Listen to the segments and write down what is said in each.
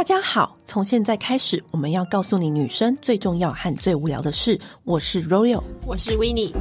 大家好，从现在开始，我们要告诉你女生最重要和最无聊的事。我是 Royal， 我是 Winnie。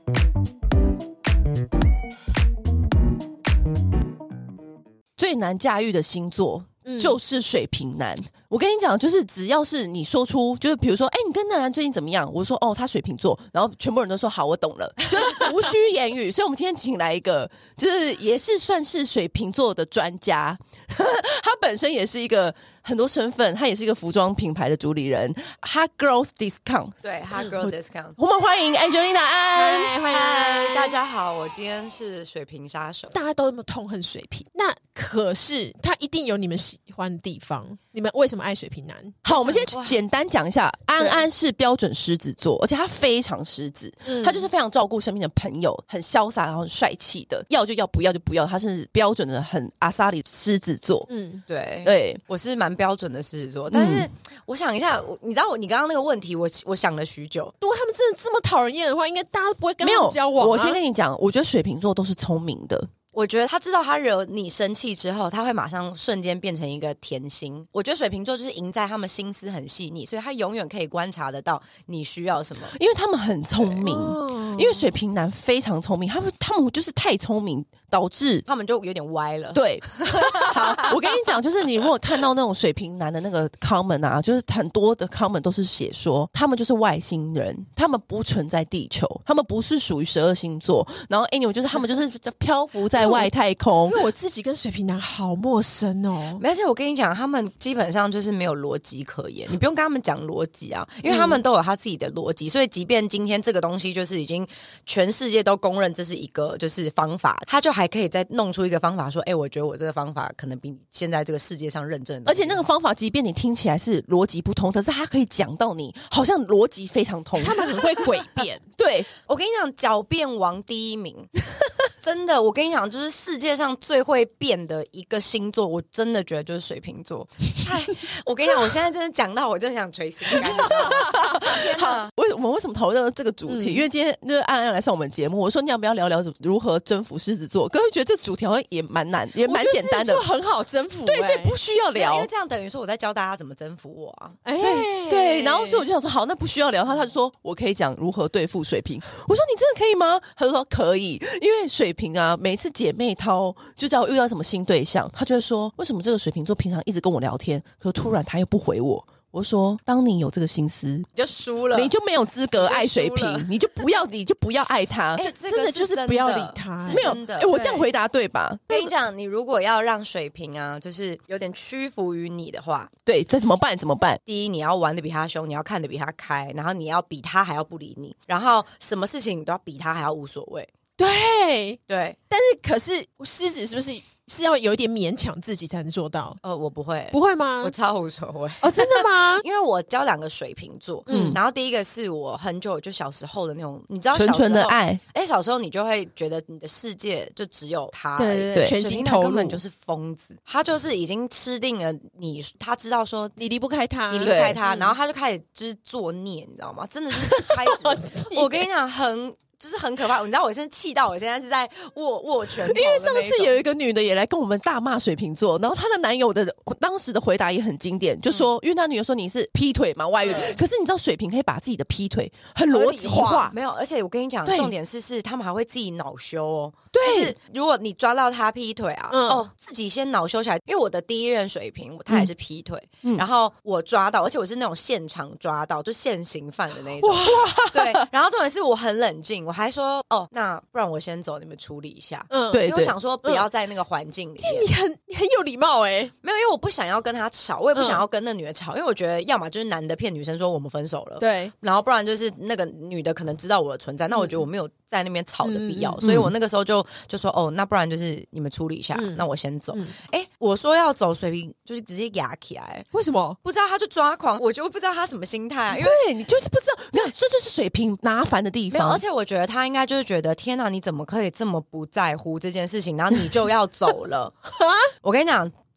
最难驾驭的星座就是水瓶男。我跟你讲，就是只要是你说出，就是比如说，你跟那男最近怎么样？我说他水瓶座，然后全部人都说好，我懂了，就是无需言语。所以我们今天请来一个，就是也是算是水瓶座的专家，他本身也是一个很多身份，他也是一个服装品牌的主理人 ，Hot Girls Discount， 对 ，Hot Girl Discount。 我们欢迎 Angelina 安， 欢迎大家好，我今天是水瓶杀手。 大家都那么痛恨水瓶，那可是他一定有你们喜欢的地方。你们为什么爱水瓶男？ 好，我们先简单讲一下，安安是标准狮子座，而且他非常狮子，他就是非常照顾身边的朋友，很潇洒，然后很帅气的，要就要，不要就不要，他是标准的很阿萨里狮子座。 对，我是蛮标准的狮子座，但是我想一下，你知道你刚刚那个问题，我想了许久。 如果他们真的这么讨人厌的话，应该大家不会跟他们交往。 我先跟你讲，我觉得水瓶座都是聪明的。 我觉得他知道他惹你生气之后，他会马上瞬间变成一个甜心。我觉得水瓶座就是赢在他们心思很细腻，所以他永远可以观察得到你需要什么， 因为他们很聪明。因为水瓶男非常聪明，他们就是太聪明，导致他们就有点歪了。 对，好，我跟你讲，就是你如果看到那种水瓶男的那个 comment 啊，就是很多的 comment 都是写说他们就是外星人，他们不存在地球，他们不是属于12星座，然后 anyway 就是他们就是漂浮在外太空。 因为我自己跟水瓶男好陌生哦， 而且我跟你讲，他们基本上就是没有逻辑可言，你不用跟他们讲逻辑啊，因为他们都有他自己的逻辑，所以即便今天这个东西就是已经全世界都公认这是一个就是方法，他就还可以再弄出一个方法说，我觉得我这个方法可能比你现在这个世界上认证的， 而且那个方法即便你听起来是逻辑不通，可是他可以讲到你好像逻辑非常通， 他们很会诡辩。 对， 我跟你讲，狡辩王第一名。真的，我跟你讲，就是世界上最会变的一个星座，我真的觉得就是水瓶座。我跟你讲，我现在真的讲到，我真的想捶心肝。 好，我们为什么讨论这个主题？因为今天就是安安来上我们节目，我说你要不要聊聊如何征服狮子座？各位觉得这个主题好像也蛮难，也蛮简单的， 就很好征服。 对，所以不需要聊， 因为这样等于说我在教大家怎么征服我啊。 对，然后所以我就想说，好，那不需要聊。他就说我可以讲如何对付水瓶。我说你真的可以吗？他就说可以，因为水瓶啊，每次姐妹淘就叫我遇到什么新对象，他就会说为什么这个水瓶座平常一直跟我聊天，可突然他又不回我。我说当你有这个心思你就输了， 你就没有资格爱水瓶，你就不要爱他。 真的就是不要理他。 没有，我这样回答对吧？ 跟你讲，你如果要让水瓶啊就是有点屈服于你的话， 对，这怎么办？ 第一，你要玩的比他凶，你要看的比他开，然后你要比他还要不理你，然后什么事情你都要比他还要无所谓。 对， 但是可是狮子是不是要有一点勉强自己才能做到？ 我不会， 不会吗？ 我超无所谓。 哦，真的吗？ 因为我交2个水瓶座，然后第一个是我很久就小时候的那种，你知道， 纯纯的爱。 小时候你就会觉得你的世界就只有他而已， 对，全心投入， 根本就是疯子。他就是已经吃定了你，他知道说你离不开他， 然后他就开始就是作孽，你知道吗？真的就是开始，我跟你讲，就是很可怕，你知道我现在气到我现在是在握拳头的那种。 因为上次有一个女的也来跟我们大骂水瓶座，然后她的男友的当时的回答也很经典，就说因为她女友说你是劈腿嘛，外遇，可是你知道水瓶可以把自己的劈腿很逻辑化， 没有，而且我跟你讲，重点是他们还会自己恼羞哦。 对， 就是如果你抓到他劈腿啊，自己先恼羞起来，因为我的第一任水瓶他也是劈腿，然后我抓到，而且我是那种现场抓到，就现行犯的那种。对，然后重点是我很冷静。我还说那不然我先走，你们处理一下。 对， 因为我想说不要在那个环境里面。 你很有礼貌没有，因为我不想要跟他吵，我也不想要跟那女的吵，因为我觉得要么就是男的骗女生说我们分手了， 对， 然后不然就是那个女的可能知道我的存在，那我觉得我没有在那边吵的必要，所以我那个时候就说那不然就是你们处理一下，那我先走。我说要走，水瓶就是直接压起来， 为什么？ 不知道他就抓狂，我就不知道他什么心态啊，因为对你就是不知道，没有，这就是水瓶麻烦的地方。 而且我觉得他应该就是觉得天哪，你怎么可以这么不在乎这件事情，然后你就要走了。我跟你讲，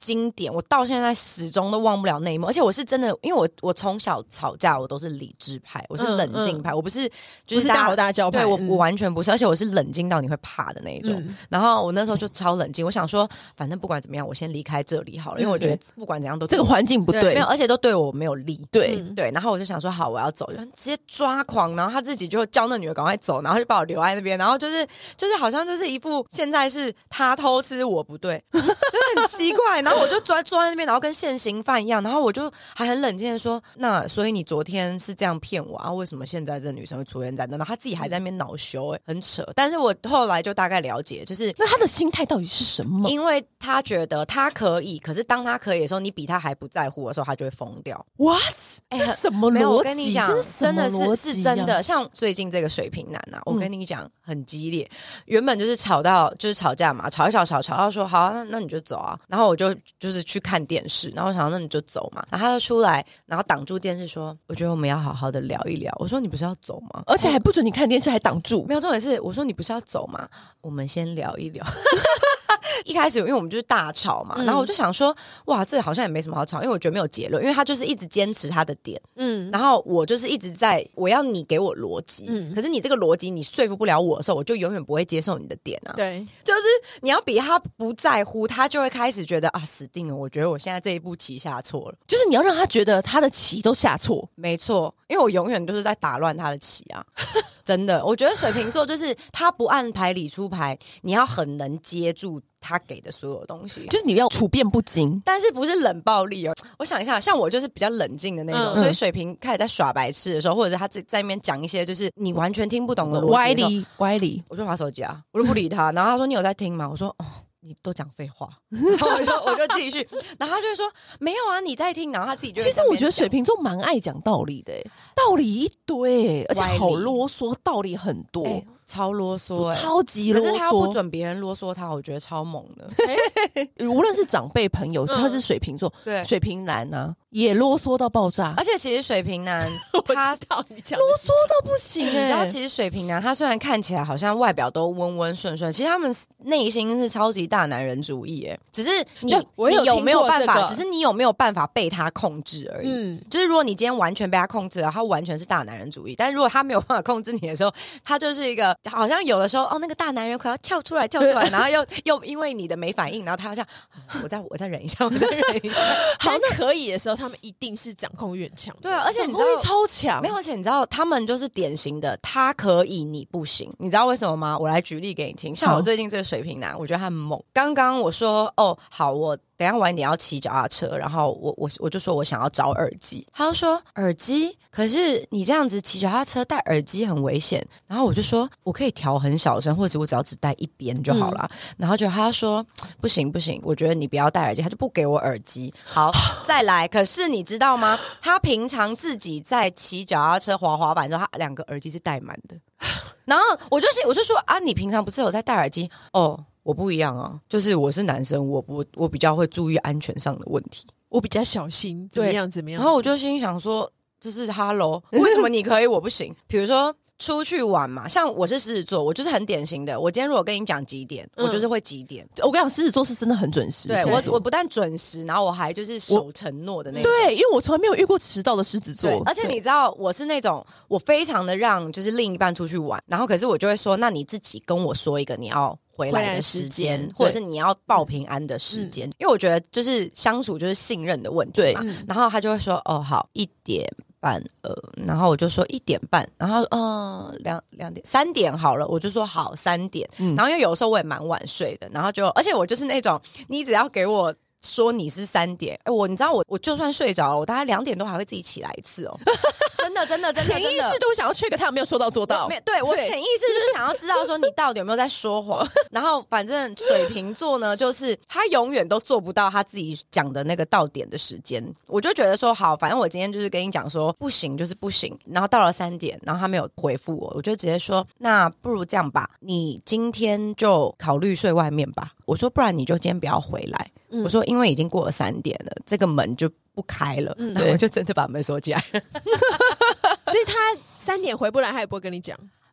经典，我到现在始终都忘不了那一幕。而且我是真的，因为我从小吵架我都是理智派，我是冷静派，我不是就是大吼大叫派。 对，我完全不是，而且我是冷静到你会怕的那一种。然后我那时候就超冷静，我想说反正不管怎么样我先离开这里好了，因为我觉得不管怎样都这个环境不对， 没有，而且都对我没有利。 对对，然后我就想说好我要走，直接抓狂，然后他自己就叫那女儿赶快走，然后就把我留在那边，然后就是好像就是一副现在是他偷吃我不对，真的很奇怪。然后我就坐在那边，然后跟现行犯一样，然后我就还很冷静的说，那所以你昨天是这样骗我啊？为什么现在这女生会出现在那？然后他自己还在那边恼羞，很扯。但是我后来就大概了解，就是那他的心态到底是什么？ 因为他觉得他可以，可是当他可以的时候，你比他还不在乎的时候，他就会疯掉。 What？这是什么逻辑？ 我跟你讲，真的是真的。像最近这个水瓶男啊，我跟你讲很激烈。原本就是吵架嘛，吵一吵到说好啊，那你就走啊。然后我就是去看电视，然后我想那你就走嘛。然后他就出来，然后挡住电视说，我觉得我们要好好的聊一聊。我说你不是要走吗？ 而且还不准你看电视，还挡住。 没有，重点是我说你不是要走吗？我们先聊一聊。一开始因为我们就是大吵嘛，然后我就想说哇这好像也没什么好吵，因为我觉得没有结论，因为他就是一直坚持他的点，然后我就是一直在我要你给我逻辑，可是你这个逻辑你说服不了我的时候，我就永远不会接受你的点啊。 对， 就是你要比他不在乎，他就会开始觉得啊死定了，我觉得我现在这一步棋下错了， 就是你要让他觉得他的棋都下错。 没错，因为我永远都是在打乱他的棋啊。真的，我觉得水瓶座就是他不按牌理出牌，你要很能接住他给的所有东西， 就是你要处变不惊， 但是不是冷暴力哦。我想一下，像我就是比较冷静的那种，所以水瓶开始在耍白痴的时候，或者是他在那边讲一些就是你完全听不懂的逻辑歪理， 我就滑手机啊，我就不理他。然后他说你有在听吗？我说哦。你都讲废话，然后我就继续，然后他就会说没有啊，你在听，然后他自己就会。 其实我觉得水瓶座蛮爱讲道理的，道理一堆，而且好啰嗦，道理很多， 超啰嗦， 超级啰嗦。 可是他又不准别人啰嗦他，我觉得超猛的。 无论是长辈朋友，他是水瓶座，对，水瓶男啊，也啰嗦到爆炸。 而且其实水瓶男他啰嗦到不行你知道，其实水瓶男他虽然看起来好像外表都温温顺顺，其实他们内心是超级大男人主义耶。只是你有没有办法？只是你有没有办法被他控制而已。就是如果你今天完全被他控制了，他完全是大男人主义。但是如果他没有办法控制你的时候，他就是一个好像有的时候那个大男人快要跳出来，然后又因为你的没反应，然后他好像我再忍一下， 好，那可以的时候，他们一定是掌控欲很强。 对啊，而且你知道超强， 没有，而且你知道他们就是典型的，他可以你不行。你知道为什么吗？我来举例给你听。像我最近这个水瓶男，我觉得他很猛。刚刚我说好，我等一下晚一点要骑脚踏车，然后我就说我想要找耳机，他就说耳机，可是你这样子骑脚踏车戴耳机很危险。然后我就说我可以调很小声，或者我只戴一边就好了。然后就他说不行，我觉得你不要戴耳机，他就不给我耳机。好，再来。可是你知道吗？他平常自己在骑脚踏车滑板的时候，他2个耳机是戴满的。然后我就说啊，你平常不是有在戴耳机？我不一样啊，就是我是男生，我比较会注意安全上的问题， 我比较小心，怎么样？ 然后我就心想说，这是Hello，为什么你可以我不行？比如说出去玩嘛，像我是狮子座，我就是很典型的。我今天如果跟你讲几点，我就是会几点。 我跟你讲，狮子座是真的很准时。 对，我不但准时，然后我还就是守承诺的那种。 对，因为我从来没有遇过迟到的狮子座。 而且你知道，我是那种我非常的让就是另一半出去玩，然后可是我就会说，那你自己跟我说一个你要回来的时间，或者是你要报平安的时间，因为我觉得就是相处就是信任的问题嘛。然后他就会说好1点半，然后我就说1点半，然后2点3点好了，我就说好3点。然后因为有时候我也蛮晚睡的，然后而且我就是那种你只要给我说你是3点，你知道我就算睡着了，我大概2点多还会自己起来一次哦。真的， 潜意识都想要check他有没有说到做到。 对，我潜意识就是想要知道说你到底有没有在说谎。然后反正水瓶座呢，就是他永远都做不到他自己讲的那个到点的时间。我就觉得说好，反正我今天就是跟你讲说不行就是不行。然后到了3点，然后他没有回复我就直接说那不如这样吧，你今天就考虑睡外面吧。我说不然你就今天不要回来。我说因为已经过了3点了，这个门就不开了。然后我就真的把门锁起来了。 所以他3点回不来，他也不会跟你讲。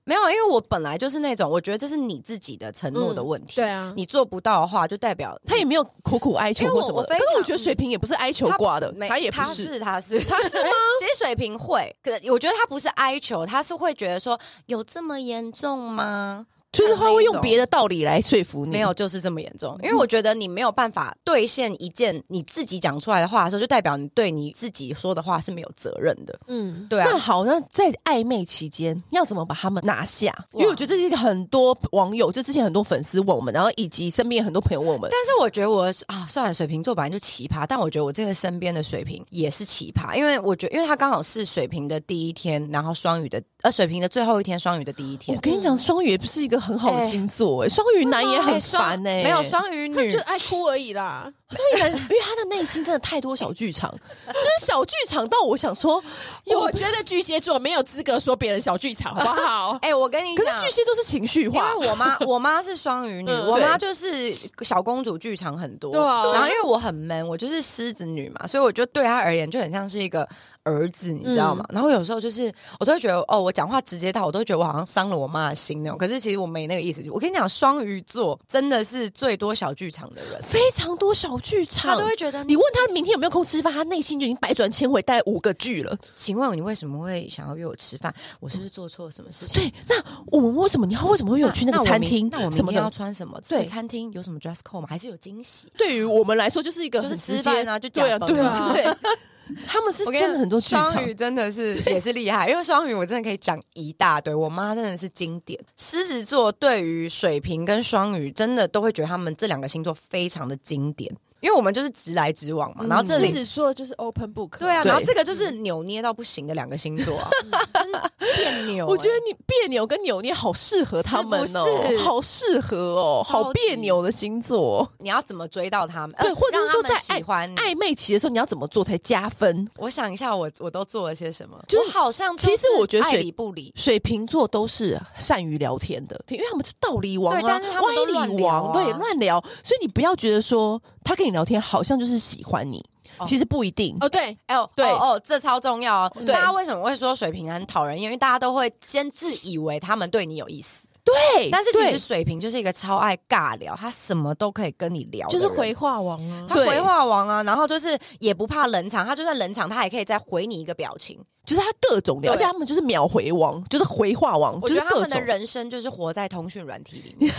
没有，因为我本来就是那种，我觉得这是你自己的承诺的问题。 对啊， 你做不到的话，就代表他也没有苦苦哀求或什么的。可是我觉得水瓶也不是哀求挂的，他也不是， 他是吗？其实水瓶会，可我觉得他不是哀求，他是会觉得说有这么严重吗？ 就是他会用别的道理来说服你， 没有，就是这么严重。因为我觉得你没有办法兑现一件你自己讲出来的话的时候，就代表你对你自己说的话是没有责任的。对啊。 那好，那在暧昧期间要怎么把他们拿下？因为我觉得这是一个很多网友，就之前很多粉丝问我们，然后以及身边很多朋友问我们。 但是我觉得算了，水瓶座本来就奇葩，但我觉得我这个身边的水瓶也是奇葩，因为我觉得，因为他刚好是水瓶的第一天，然后双鱼的水瓶的最后一天，双鱼的第一天。 我跟你讲，双鱼也不是一个很好的星座双鱼男也很烦没有双鱼女就爱哭而已啦。 因为他的内心真的太多小剧场，就是小剧场到我想说， 我觉得巨蟹座没有资格说别人小剧场，好不好？ 我跟你讲， 可是巨蟹座是情绪化， 因为我妈是双鱼女，我妈就是小公主剧场很多， 对啊。 然后因为我很闷，我就是狮子女嘛，所以我就对她而言就很像是一个儿子，你知道吗？然后有时候就是我都会觉得我讲话直接到，我都觉得我好像伤了我妈的心那种。可是其实我没那个意思。我跟你讲，双鱼座真的是最多小剧场的人， 非常多小剧场， 他都会觉得你问他明天有没有空吃饭，他内心就已经百转千回，大概5个句了。 请问你为什么会想要约我吃饭？我是不是做错了什么事情？ 对，那我们为什么你为什么会有去那个餐厅？ 那我明天要穿什么？这个餐厅有什么 dress code 吗？还是有惊喜？ 对于我们来说，就是一个就是吃饭啊，就对啊，对啊，对。他们是真的很多剧场， 双鱼真的是也是厉害，因为双鱼我真的可以讲一大堆。我妈真的是经典。狮子座对于水瓶跟双鱼，真的都会觉得他们这2个星座非常的经典。因为我们就是直来直往嘛，然后狮子座就是 open book， 对啊，然后这个就是扭捏到不行的2个星座啊，别扭。 我觉得你别扭跟扭捏好适合他们好适合好别扭的星座。 你要怎么追到他们？ 对，或者是说在喜欢暧昧期的时候，你要怎么做才加分？ 我想一下，我都做了些什么？ 就是我好像其实我觉得爱理不理， 水瓶座都是善于聊天的，因为他们是道理王但是他们都歪理王，对，乱聊。所以你不要觉得说他跟你聊天好像就是喜欢你，其实不一定。 对， 这超重要哦。大家为什么会说水瓶很讨人厌？因为大家都会先自以为他们对你有意思。 对， 但是其实水瓶就是一个超爱尬聊，他什么都可以跟你聊， 就是回话王啊， 他回话王啊，然后就是也不怕冷场，他就算冷场，他也可以再回你一个表情， 就是他各种聊，而且他们就是秒回王，就是回话王。 我觉得他们的人生就是活在通讯软体里面，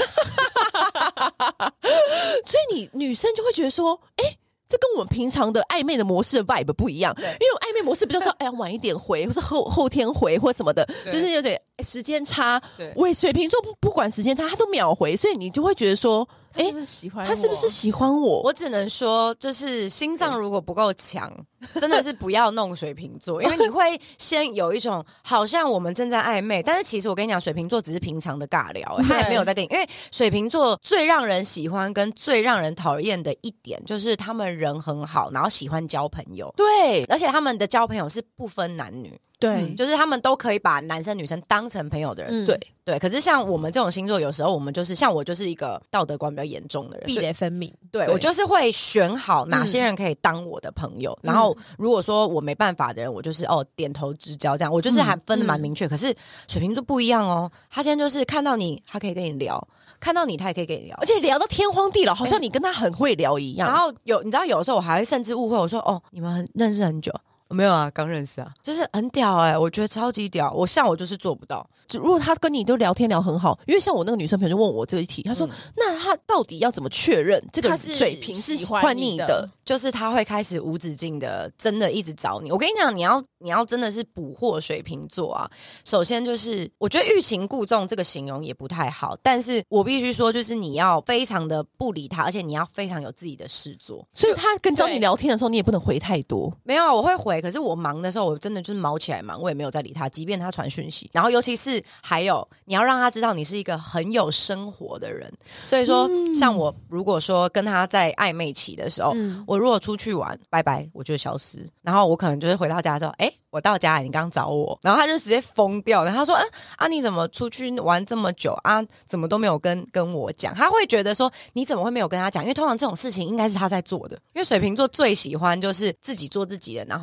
所以你女生就会觉得说，这跟我们平常的暧昧的模式的 vibe 不一样，因为暧昧模式不就说晚一点回，或是后天回或什么的，就是有点时间差。喂，水瓶座不管时间差，他都秒回，所以你就会觉得说， 他是不是喜欢我？ 他是不是喜欢我？ 我只能说，就是心脏如果不够强，真的是不要弄水瓶座，因为你会先有一种好像我们正在暧昧，但是其实我跟你讲，水瓶座只是平常的尬聊，他也没有在跟你。因为水瓶座最让人喜欢跟最让人讨厌的一点，就是他们人很好，然后喜欢交朋友。 对， 而且他们的交朋友是不分男女。 对， 就是他们都可以把男生女生当成朋友的人。对，可是像我们这种星座，有时候我们就是像我就是一个道德观比较严重的人， 壁垒分明。 对，我就是会选好哪些人可以当我的朋友，然后如果说我没办法的人，我就是点头之交这样，我就是还分得蛮明确。可是水瓶座不一样哦，他现在就是看到你，他可以跟你聊；看到你，他也可以跟你聊， 而且聊到天荒地老，好像你跟他很会聊一样。 然后你知道，有的时候我还会甚至误会，我说你们认识很久。没有啊，刚认识啊，就是很屌我觉得超级屌。我就是做不到。 如果他跟你都聊天聊很好，因为像我那个女生朋友就问我这一题，她说：“那他到底要怎么确认这个水瓶是喜欢你的？” 就是他会开始无止境的，真的一直找你。我跟你讲，你要真的是捕获水瓶座啊。首先就是，我觉得欲擒故纵这个形容也不太好，但是我必须说，就是你要非常的不理他，而且你要非常有自己的事做。 所以他跟找你聊天的时候，你也不能回太多。 没有啊，我会回。可是我忙的时候，我真的就是毛起来忙，我也没有再理他，即便他传讯息。然后尤其是还有，你要让他知道你是一个很有生活的人。所以说，像我如果说跟他在暧昧期的时候，我如果出去玩，拜拜，我就消失。然后我可能就是回到家之后，我到家了，你刚找我，然后他就直接疯掉。然后他说，你怎么出去玩这么久啊？怎么都没有跟我讲？他会觉得说，你怎么会没有跟他讲？因为通常这种事情应该是他在做的。因为水瓶座最喜欢就是自己做自己的，然后都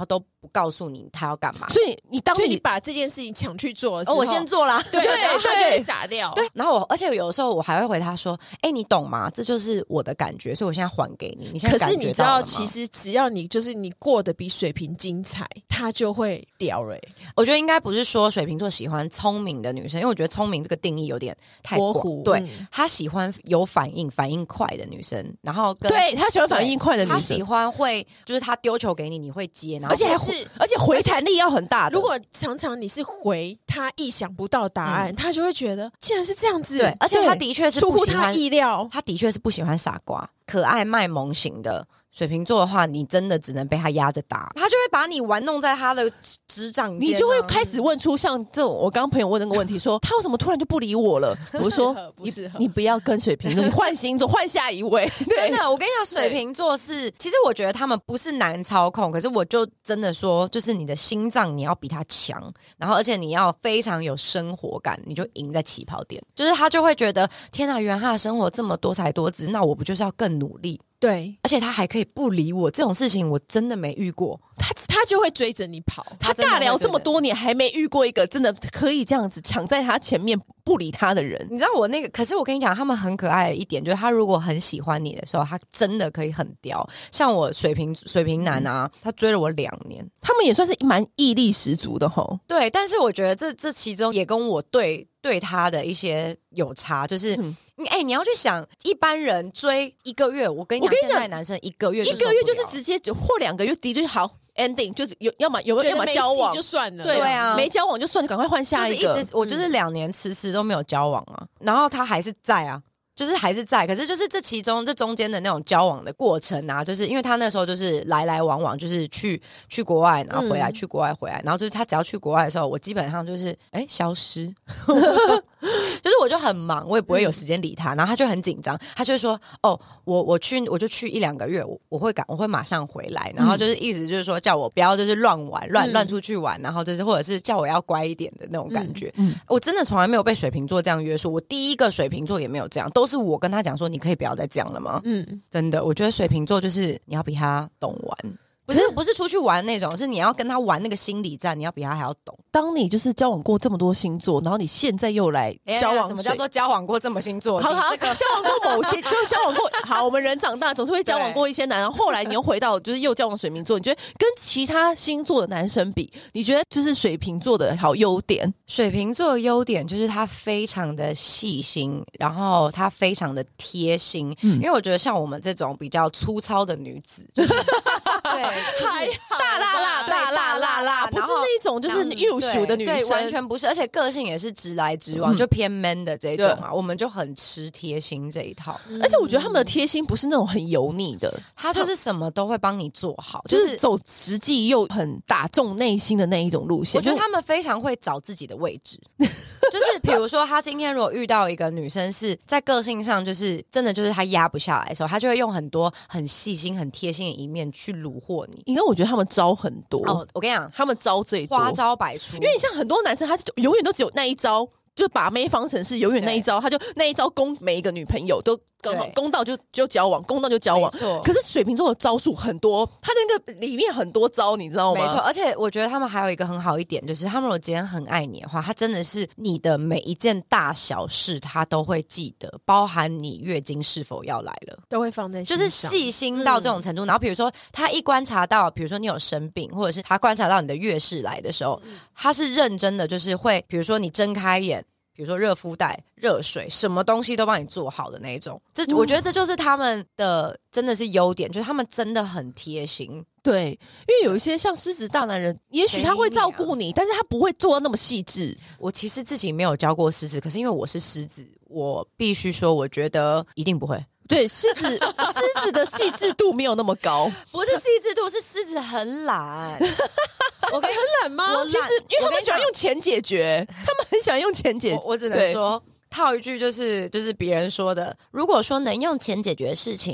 不告诉你他要干嘛。 所以你当就你把这件事情抢去做的时候， 我先做啦， 对，然后他就会傻掉。 对，然后而且有的时候我还会回他说：“你懂吗？这就是我的感觉，所以我现在还给你。你现在感觉到了吗？” 可是你知道，其实只要你就是你过得比水瓶精彩，他就会屌了。 我觉得应该不是说水瓶座喜欢聪明的女生，因为我觉得聪明这个定义有点太模糊。 对，他喜欢有反应快的女生，然后对他喜欢反应快的女生， 他喜欢会就是他丢球给你，你会接，然后而且回弹力要很大的。 如果常常你是回他意想不到答案，他就会觉得竟然是这样子。 对，而且他的确是出乎他意料， 他的确是不喜欢傻瓜、可爱卖萌型的。水瓶座的话，你真的只能被他压着打，他就会把你玩弄在他的指掌间， 你就会开始问出像这种我刚朋友问那个问题，说他为什么突然就不理我了？我说你不要跟水瓶座，你换星座，换下一位。 真的，我跟你讲，水瓶座是，其实我觉得他们不是难操控，可是我就真的说，就是你的心脏你要比他强，然后而且你要非常有生活感，你就赢在起跑点。就是他就会觉得，天哪，原来他的生活这么多彩多姿，那我不就是要更努力？ 对， 而且他还可以不理我，这种事情我真的没遇过。 他就会追着你跑， 他尬聊这么多年，还没遇过一个真的可以这样子抢在他前面不理他的人。 你知道我那个，可是我跟你讲，他们很可爱的一点就是，他如果很喜欢你的时候，他真的可以很刁。像我水瓶男啊，他追了我2年， 他们也算是蛮毅力十足的吼。 对，但是我觉得这其中也跟我对他的一些有差，就是你要去想，一般人追1个月，我跟你讲，现在男生1个月就是直接或2个月的确好 ending， 就是要么交往就算了， 对啊，没交往就算了，赶快换下一个。 就是我就是2年迟迟都没有交往啊，然后他还是在啊。就是还是在，可是就是这中间的那种交往的过程啊，就是因为他那时候就是来来往往，就是去国外，然后回来，去国外回来，然后就是他只要去国外的时候，我基本上就是消失，就是我就很忙，我也不会有时间理他，然后他就很紧张，他就会说我就去1-2个月，我会马上回来，然后就是意思就是说叫我不要就是乱玩乱出去玩，然后就是或者是叫我要乖一点的那种感觉。我真的从来没有被水瓶座这样约束，我第一个水瓶座也没有这样，都是我跟他讲说，你可以不要再这样了吗？真的，我觉得水瓶座就是你要比他懂玩。不是出去玩那种，是你要跟他玩那个心理战，你要比他还要懂。 当你就是交往过这么多星座，然后你现在又来交往， 什么叫做交往过这么星座？ 好，交往过某些，就是交往过。好，我们人长大总是会交往过一些男人，后来你又回到就是又交往水瓶座，你觉得跟其他星座的男生比，你觉得就是水瓶座的好优点？ 水瓶座的优点就是他非常的细心，然后他非常的贴心。因为我觉得像我们这种比较粗糙的女子，就是对， 大啦，不是那种就是幼熟的女生， 对，完全不是，而且个性也是直来直往，就偏 man 的这种啊，我们就很吃贴心这一套。 而且我觉得他们的贴心不是那种很油腻的， 他就是什么都会帮你做好， 就是走实际又很打中内心的那一种路线。 我觉得他们非常会找自己的位置，就是比如说他今天如果遇到一个女生是在个性上就是真的就是他压不下来的时候，他就会用很多很细心很贴心的一面去虏获你。 因为我觉得他们招很多我跟你讲， 他们招最多， 花招百出。 因为你像很多男生，他就永远都只有那一招，就把妹方程式永远那一招，他就那一招攻每一个女朋友都攻到就交往，攻到就交往。可是水瓶座的招数很多，他那个里面很多招，你知道吗？ 没错，而且我觉得他们还有一个很好一点，就是他们如果今天很爱你的话，他真的是你的每一件大小事他都会记得，包含你月经是否要来了， 都会放在心上， 就是细心到这种程度。然后比如说他一观察到，比如说你有生病，或者是他观察到你的月事来的时候，他是认真的，就是会比如说你睁开眼，比如说热敷袋、热水，什么东西都帮你做好的那一种。我觉得这就是他们的真的是优点，就是他们真的很贴心。 对，因为有一些像狮子大男人，也许他会照顾你，但是他不会做到那么细致。 我其实自己没有教过狮子，可是因为我是狮子，我必须说，我觉得一定不会。 对，狮子的细致度没有那么高， 不是细致度，是狮子很懒。 我很懒吗？ 其实因为他们喜欢用钱解决，他们很喜欢用钱解决。 我只能说套一句，就是别人说的，如果说能用钱解决的事情，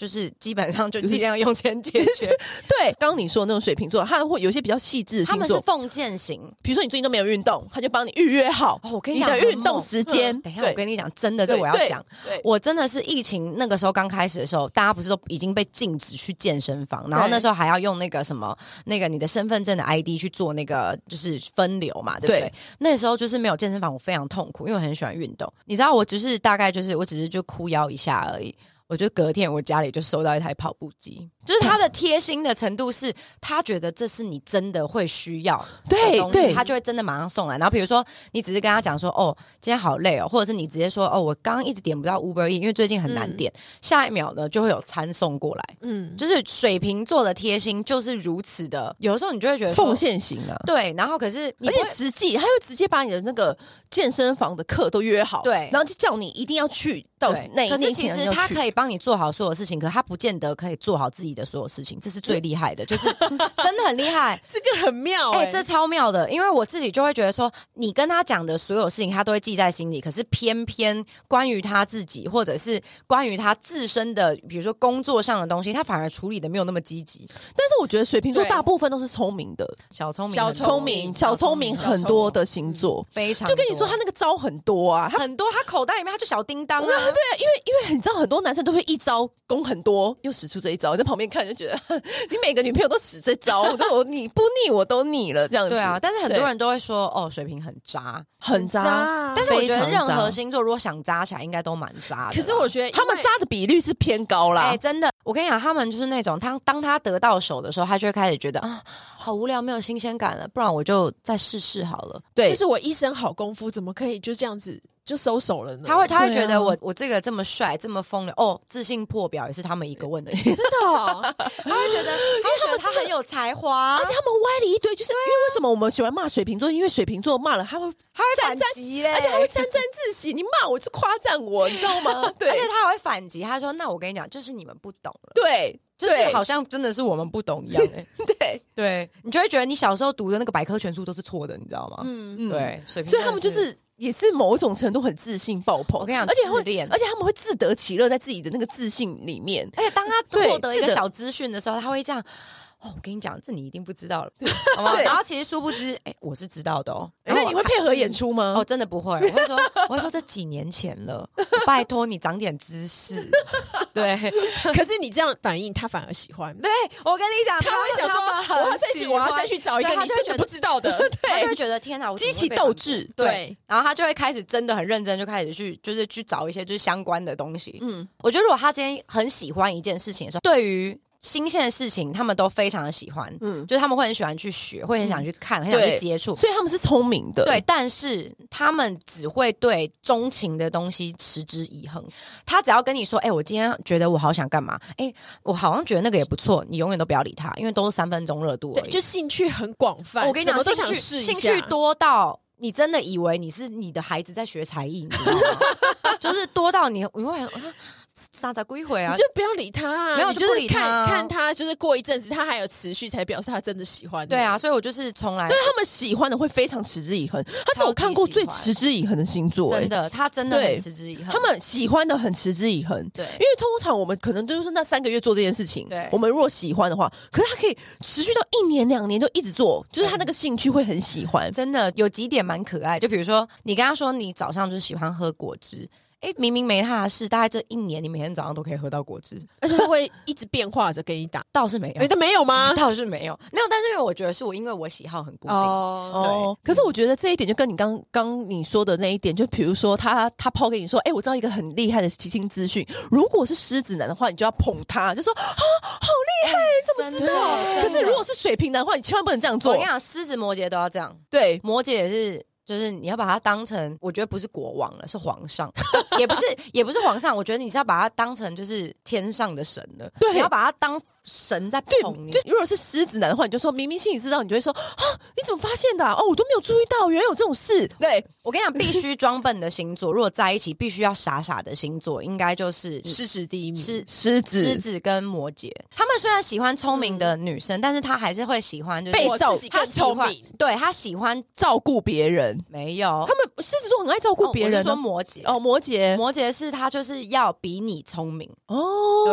就是基本上就尽量用钱解决。 对，刚刚你说的那种水瓶座，他会有一些比较细致的星座， 他们是奉献型。 比如说你最近都没有运动，他就帮你预约好我跟你讲你的运动时间。 等一下，我跟你讲，真的，这我要讲。我真的是疫情那个时候刚开始的时候，大家不是都已经被禁止去健身房，然后那时候还要用那个什么那个你的身份证的 ID 去做那个就是分流嘛，对不对？那时候就是没有健身房，我非常痛苦，因为我很喜欢运动。你知道，我只是大概就是我只是就哭腰一下而已。我就隔天我家里就收到一台跑步机，就是他的贴心的程度是，他觉得这是你真的会需要的东西，他就会真的马上送来。然后比如说你只是跟他讲说，哦，今天好累哦，或者是你直接说，哦，我刚刚一直点不到 Uber Eats， 因为最近很难点，下一秒呢就会有餐送过来。就是水瓶座的贴心就是如此的，有的时候你就会觉得奉献型啊， 对，然后可是而且实际他会直接把你的那个健身房的课都约好， 对， 然后就叫你一定要去到那一天。 可是其实他可以帮你做好所有事情，可是他不见得可以做好自己的所有事情，这是最厉害的，就是真的很厉害， 这个很妙这超妙的。因为我自己就会觉得说，你跟他讲的所有事情，他都会记在心里，可是偏偏关于他自己，或者是关于他自身的，比如说工作上的东西，他反而处理的没有那么积极。 但是我觉得水瓶座大部分都是聪明的， 小聪明很多的星座， 非常就跟你说他那个招很多啊， 很多，他口袋里面他就小叮当啊。 对啊，因为你知道很多男生都会一招攻很多，又使出这一招，在旁边看就觉得你每个女朋友都使这招，你不腻我都腻了这样子。 对啊，但是很多人都会说哦，水瓶很渣， 很渣。 但是我觉得任何星座如果想渣起来，应该都蛮渣的。 可是我觉得他们渣的比率是偏高啦。 真的，我跟你讲，他们就是那种当他得到手的时候，他就会开始觉得啊，好无聊，没有新鲜感了，不然我就再试试好了。 对，就是我一身好功夫，怎么可以就这样子就收手了呢？ 他会觉得我这个这么帅这么风流自信破表也是他们一个问题。 真的他会觉得他很有才华， 而且他们歪理一堆，就是因为为什么我们喜欢骂水瓶座？因为水瓶座骂了他会反击而且他会沾沾自喜。你骂我就夸赞我，你知道吗？对， 而且他还会反击，他说：“那我跟你讲，就是你们不懂了。” 对。 就是好像真的是我们不懂一样对，你就会觉得你小时候读的那个百科全书都是错的，你知道吗？对，所以他们就是也是某一种程度很自信爆棚。 我跟你讲， 而且他们会自得其乐在自己的那个自信里面。 而且当他获得一个小资讯的时候，他会这样。我跟你讲，这你一定不知道了，好吗？然后其实殊不知，我是知道的哦。 那你会配合演出吗？ 真的不会。我会说这几年前了，拜托你长点知识。对， 可是你这样反应，他反而喜欢。 对，我跟你讲， 他会想说，我要再去找一个你真的不知道的， 他就会觉得天哪， 激起斗志。 对，然后他就会开始真的很认真，就开始去找一些就是相关的东西。我觉得如果他今天很喜欢一件事情的时候，对于新鲜的事情他们都非常的喜欢，就是他们会很喜欢去学，会很想去看，很想去接触， 所以他们是聪明的。 对，但是他们只会对钟情的东西持之以恒。他只要跟你说，我今天觉得我好想干嘛，我好像觉得那个也不错，你永远都不要理他，因为都是3分钟热度而已。 对，就兴趣很广泛， 我跟你讲， 什么都想试一下， 兴趣多到你真的以为你的孩子在学才艺，你知道吗？就是多到你会傻傻归回啊！ 你就不要理他啊！ 没有， 你就是不理他看他，就是过一阵子他还有持续，才表示他真的喜欢你。 对啊，所以我就是从来， 因为他们喜欢的会非常持之以恒。他是我看过最持之以恒的星座， 真的，他真的很持之以恒。 他们喜欢的很持之以恒， 对， 因为通常我们可能就是那3个月做这件事情， 对， 我们如果喜欢的话，可是他可以持续到1年2年就一直做，就是他那个兴趣会很喜欢。 真的有几点蛮可爱，就比如说你跟他说你早上就是喜欢喝果汁。明明没他的事，大概这1年你每天早上都可以喝到果汁， 而且他会一直变化着跟你打。 倒是没有， 都没有吗？ 倒是没有，但是因为我觉得是因为我喜好很固定对。可是我觉得这一点就跟你刚你说的那一点，就比如说他抛给你说，我知道一个很厉害的新资讯，如果是狮子男的话，你就要捧他，就说好厉害，怎么知道？可是如果是水瓶男的话，你千万不能这样做。 我跟你讲，狮子、摩羯都要这样。 对， 摩羯也是。就是你要把它当成，我觉得不是国王了，是皇上，也不是皇上。我觉得你是要把它当成就是天上的神了， 对， 你要把它当神在捧你。 就如果是狮子男的话，你就说明明心里知道，你就会说你怎么发现的啊？我都没有注意到，原来有这种事。对， 我跟你讲，必须装笨的星座，如果在一起必须要傻傻的星座，应该就是狮子第一名， 狮子跟摩羯。他们虽然喜欢聪明的女生，但是他还是会喜欢就是被照顾，他聪明， 对他喜欢照顾别人。 没有， 他们狮子座很爱照顾别人。 我是说摩羯摩羯是他就是要比你聪明哦。 对。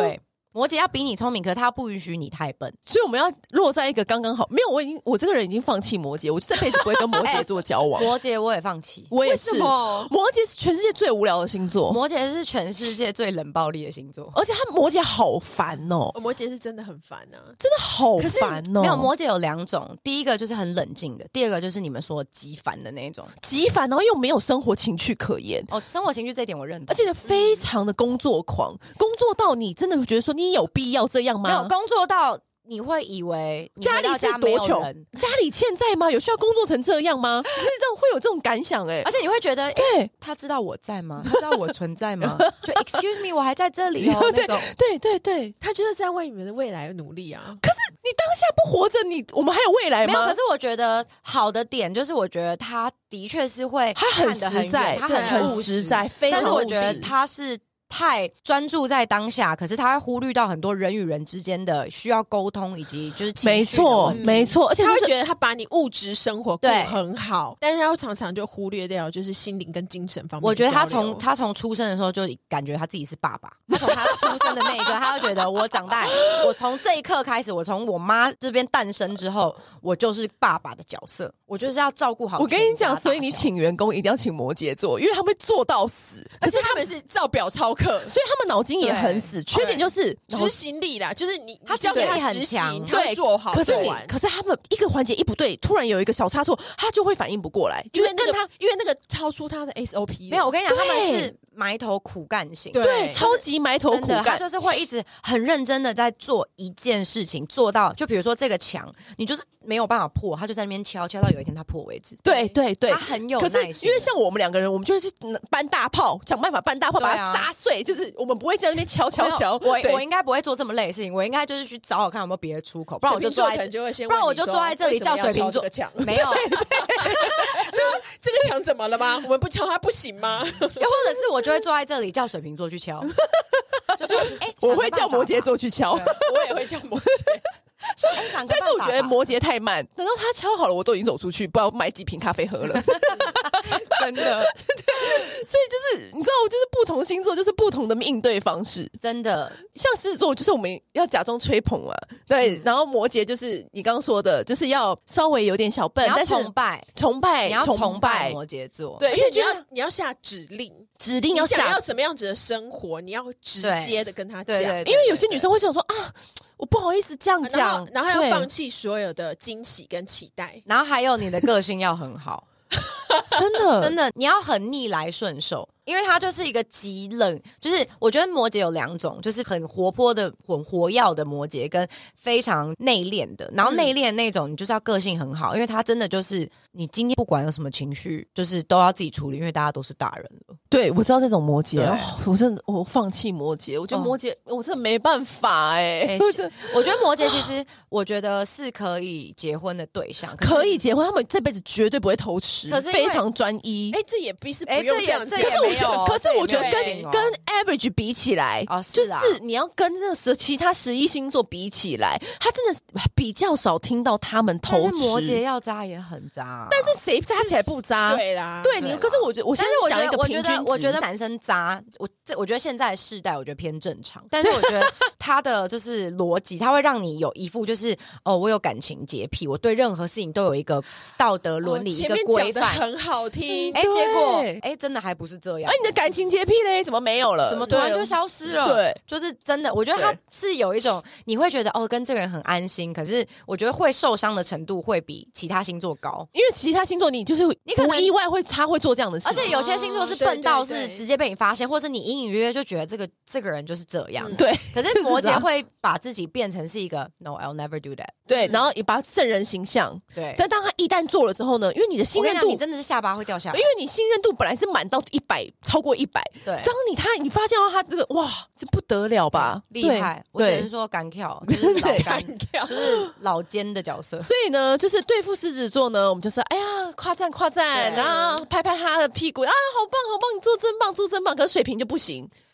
摩羯要比你聪明，可是他不允许你太笨， 所以我们要落在一个刚刚好。没有，我这个人已经放弃摩羯，我这辈子不会跟摩羯座交往。 摩羯我也放弃， 我也是。 为什么？ 摩羯是全世界最无聊的星座， 摩羯是全世界最冷暴力的星座， 而且他摩羯好烦哦， 摩羯是真的很烦啊， 真的好烦哦。 没有，摩羯有2种，第一个就是很冷静的，第二个就是你们说极烦的那种， 极烦，然后又没有生活情趣可言。 哦，生活情趣这一点我认同， 而且非常的工作狂，工作到你真的会觉得说你有必要这样吗？ 没有工作到你会以为你家里是多穷，家里欠债吗？有需要工作成这样吗？就是这种会有这种感想而且你会觉得， 对， 他知道我在吗？他知道我存在吗？就 excuse me， 我还在这里哦，那种， 对， 他就是在为你们的未来努力啊。 可是你当下不活着，我们还有未来吗？ 没有。可是我觉得好的点就是，我觉得他的确是会他很实在， 他很实在，非常。 但是我觉得他是太专注在当下，可是他会忽略到很多人与人之间的需要沟通以及就是情绪的问题。 没错，而且他会觉得他把你物质生活过很好，但是他会常常就忽略掉就是心灵跟精神方面的。 我觉得他从出生的时候就感觉他自己是爸爸，他从他出生的那一刻，他就觉得我长大，我从这一刻开始，我从我妈这边诞生之后，我就是爸爸的角色，我就是要照顾好。 我跟你讲，所以你请员工一定要请摩羯座，因为他们会做到死， 可是他们是照表操课， 所以他们脑筋也很死。缺点就是执行力啦，就是他执行力很强， 对，做好。 可是他们一个环节一不对，突然有一个小差错，他就会反应不过来， 因为那个超出他的 SOP。 没有，我跟你讲，他们是埋头苦干型， 对，超级埋头苦干， 他就是会一直很认真的在做一件事情，做到就比如说这个墙，你就是没有办法破，他就在那边敲到有一天他破为止。 对， 他很有耐心。 因为像我们2个人，我们就会去搬大炮，想办法搬大炮把它砸碎，就是我们不会在那边敲。 我应该不会做这么累的事情，我应该就是去找看有没有别的出口，不然我就坐在这里叫水瓶座没有。 说这个墙怎么了吗？我们不敲它不行吗？ 又或者是我就会坐在这里叫水瓶座去敲，就说我会叫摩羯座去敲， 我也会叫摩羯。 但是我觉得摩羯太慢，等到他敲好了，我都已经走出去，不知道买几瓶咖啡喝了。 真的， 所以就是你知道，就是不同星座就是不同的应对方式。 真的， 像狮子座就是我们要假装吹捧啊，对，然后摩羯就是你刚刚说的，就是要稍微有点小笨，但是崇拜， 你要崇拜摩羯座， 对，因为你要下指令要下， 你想要什么样子的生活，你要直接的跟他讲， 因为有些女生会想说啊，我不好意思这样讲， 然后要放弃所有的惊喜跟期待， 然后还有你的个性要很好。真的，你要很逆来顺受，因为他就是一个极冷，就是我觉得摩羯有2种，就是很活泼的、很活跃的摩羯，跟非常内敛的。然后内敛那种，你就是要个性很好，因为他真的就是你今天不管有什么情绪，就是都要自己处理，因为大家都是大人了。 对，我知道这种摩羯，我放弃摩羯，我觉得摩羯我真的没办法我觉得摩羯其实我觉得是可以结婚的对象， 可以结婚，他们这辈子绝对不会偷吃，可是非常专一。 这也不用这样讲。 可是我觉得跟 average 比起来，就是你要跟这其他11星座比起来，他真的是比较少听到他们偷吃。 但是摩羯要渣也很渣， 但是谁渣起来不渣？ 对啦， 对你。可是我觉得，我现在讲一个平均值， 我觉得男生渣，我觉得现在的世代我觉得偏正常，但是我觉得他的就是逻辑，他会让你有一副就是我有感情洁癖，我对任何事情都有一个道德伦理一个规范， 很好听。 结果真的还不是这样。 你的感情洁癖嘞，怎么没有了？ 怎么突然就消失了？ 对， 就是真的，我觉得他是有一种你会觉得跟这个人很安心，可是我觉得会受伤的程度会比其他星座高， 因为其他星座你就是你可能不意外他会做这样的事情， 而且有些星座是笨到是直接被你发现，或是你隐隐约约就觉得这个人就是这样。 对， 可是摩羯会把自己变成是一个 No I'll never do that。 对，然后也把圣人形象。 对， 但当他一旦做了之后呢，因为你的信任度， 你真的是下巴会掉下来， 因为你信任度本来是满到100，超过100。 对， 当你发现到他这个哇，这不得了吧， 厉害！我只能说干跳，就是老干跳，就是老奸的角色。 所以呢，就是对付狮子座呢，我们就是哎呀夸赞，然后拍他的屁股啊，好棒，你做真棒。可是水瓶就不行。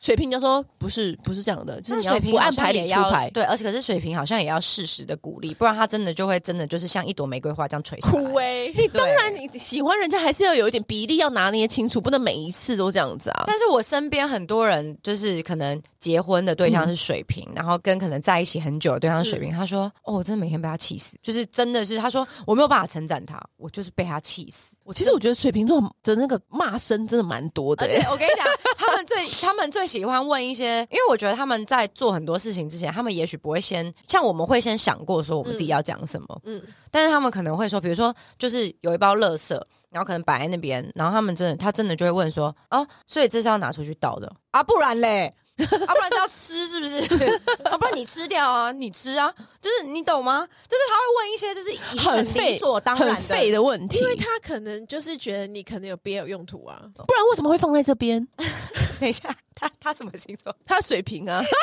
水瓶就说不是这样的，就是你要水瓶不按牌理出牌。 对，而且可是水瓶好像也要适时的鼓励，不然他真的就是像一朵玫瑰花这样垂下来。 哭你当然你喜欢人家还是要有一点比例要拿捏清楚，不能每一次都这样子啊。 但是我身边很多人就是可能结婚的对象是水瓶，然后跟可能在一起很久的对象是水瓶，他说我真的每天被他气死，就是真的是他说我没有办法称赞他，我就是被他气死。 其实我觉得水瓶座的那个骂声真的蛮多的， 而且我跟你讲，他们最喜欢问一些，因为我觉得他们在做很多事情之前，他们也许不会先像我们会先想过说我们自己要讲什么，但是他们可能会说，比如说就是有一包垃圾，然后可能摆在那边，然后他真的就会问说，所以这是要拿出去倒的啊，不然嘞？不然是要吃是不是？不然你吃掉啊，你吃啊，就是你懂吗？就是他会问一些就是很理所当然的很废的问题， 因为他可能就是觉得你可能有别有用途啊， 不然为什么会放在这边？ 等一下，他什么星座？ 他水瓶啊，他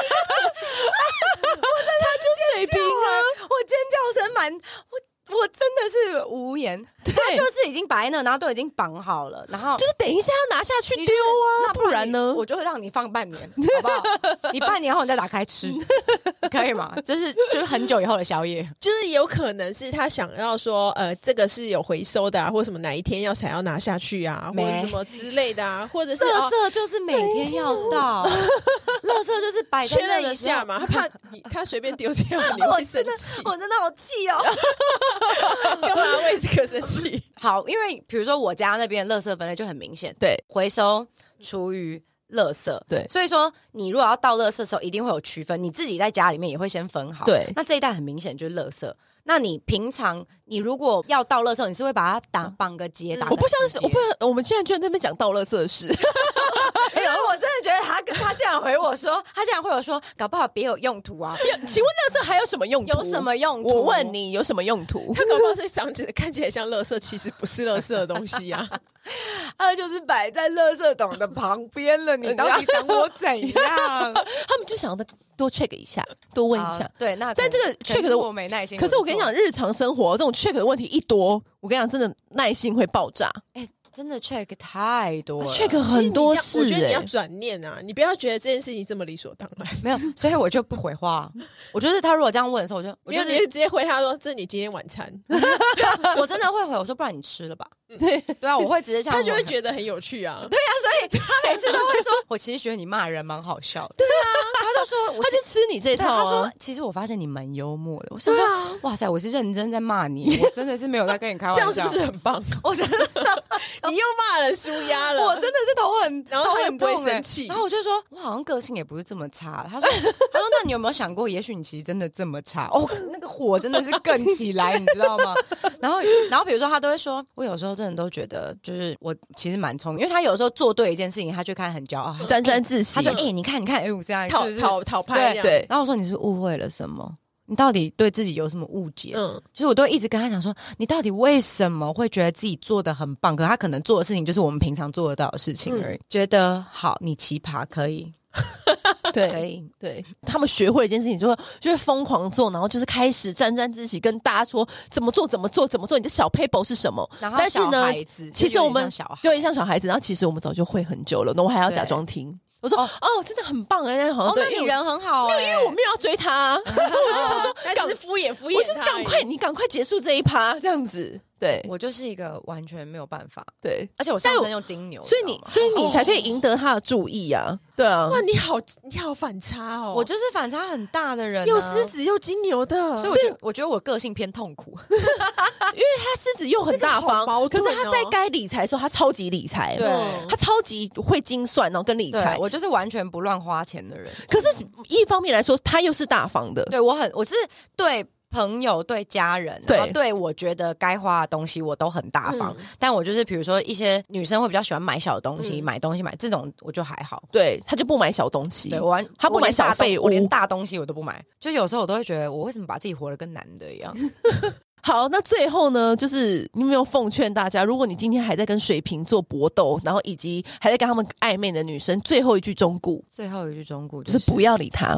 就水瓶啊， 我尖叫声我真的是无言，他就是已经摆在那，然后都已经绑好了，然后就是等一下要拿下去丢啊，那不然呢？ 我就会让你放半年，好不好？你半年后你再打开吃，可以吗？就是很久以后的宵夜， 就是有可能是他想要说，这个是有回收的啊，或者什么哪一天才要拿下去啊，或者什么之类的啊，或者是垃圾就是每天要倒，垃圾就是摆在那确认一下嘛，他怕他随便丢掉你会生气， 我真的好气哦。 干嘛为这个生气？ 好，因为比如说我家那边垃圾分类就很明显， 对， 回收、厨余、垃圾， 对， 所以说你如果要倒垃圾的时候，一定会有区分，你自己在家里面也会先分好， 对， 那这一袋很明显就是垃圾。那你平常你如果要倒垃圾，你是会把它绑个结，打个我不相信，我们现在居然在那边讲倒垃圾的事。 我真的觉得他竟然回我说，搞不好别有用途啊？ 请问垃圾还有什么用途？ 有什么用途？ 我问你有什么用途？ 他搞不好是看起来像垃圾，其实不是垃圾的东西啊。 他就是摆在垃圾桶的旁边了，你到底想我怎样？ 他们就想的多 check 一下，多问一下。 对，那但这个 check 的我没耐心。 可是我跟你讲，日常生活这种 check 的问题一多，我跟你讲，真的耐心会爆炸。 真的 check 太多了 ，check 很多事。 我觉得你要转念啊，你不要觉得这件事情这么理所当然。 没有，所以我就不回话。我觉得他如果这样问的时候，我就直接回他说：“这是你今天晚餐。” 我真的会回我说：“不然你吃了吧。”对啊，我会直接这样。 他就会觉得很有趣啊。 对啊，所以他每次都会说：“我其实觉得你骂人蛮好笑的。”对啊，他就说：“ 他就吃你这套。” 他说：“其实我发现你蛮幽默的。”我说：“哇塞，我是认真在骂你，我真的是没有在跟你开玩笑。” 这样是不是很棒？ 我真的， 你又骂人舒压了， 我真的是头很， 然后他也不会生气。 然后我就说：“我好像个性也不是这么差。”他说：“那你有没有想过，也许你其实真的这么差？”那个火真的是更起来，你知道吗？然后比如说他都会说：“我有时候真的都觉得。”就是我其实蛮聪明，因为他有时候做对一件事情，他就看很骄傲， 沾沾自喜。 他说：“你看，我这样讨拍对。” 然后我说：“你是不是误会了什么？你到底对自己有什么误解？”就是我都会一直跟他讲说：“你到底为什么会觉得自己做得很棒？可他可能做的事情就是我们平常做得到的事情而已。觉得好，你奇葩可以。” 对，他们学会一件事情就会疯狂做，然后就是开始沾沾自喜，跟大家说怎么做，你的小 paper 是什么？但是呢，其实我们对像小孩子，然后其实我们早就会很久了，那我还要假装听。我说真的很棒哎，好像那你人很好因为我没有要追他，我就想说只是敷衍我就你赶快结束这一趴这样子。对， 我就是一个完全没有办法。 对， 而且我上身用金牛， 所以你才可以赢得他的注意啊。对啊， 哇，你好反差哦！ 我就是反差很大的人， 又狮子又金牛的， 所以我觉得我个性偏痛苦， 因为他狮子又很大方，可是他在该理财的时候，他超级理财， 对， 他超级会精算，然后跟理财。 我就是完全不乱花钱的人。 可是一方面来说，他又是大方的。 对我是对朋友、对家人，然后对我觉得该花的东西我都很大方，但我就是比如说一些女生会比较喜欢买小东西，买这种我就还好。 对，他就不买小东西， 对他不买小废物， 我连大东西我都不买。就有时候我都会觉得，我为什么把自己活得跟男的一样？ 好，那最后呢，就是你有没有奉劝大家，如果你今天还在跟水瓶座搏斗，然后以及还在跟他们暧昧的女生，最后一句忠告就是不要理他。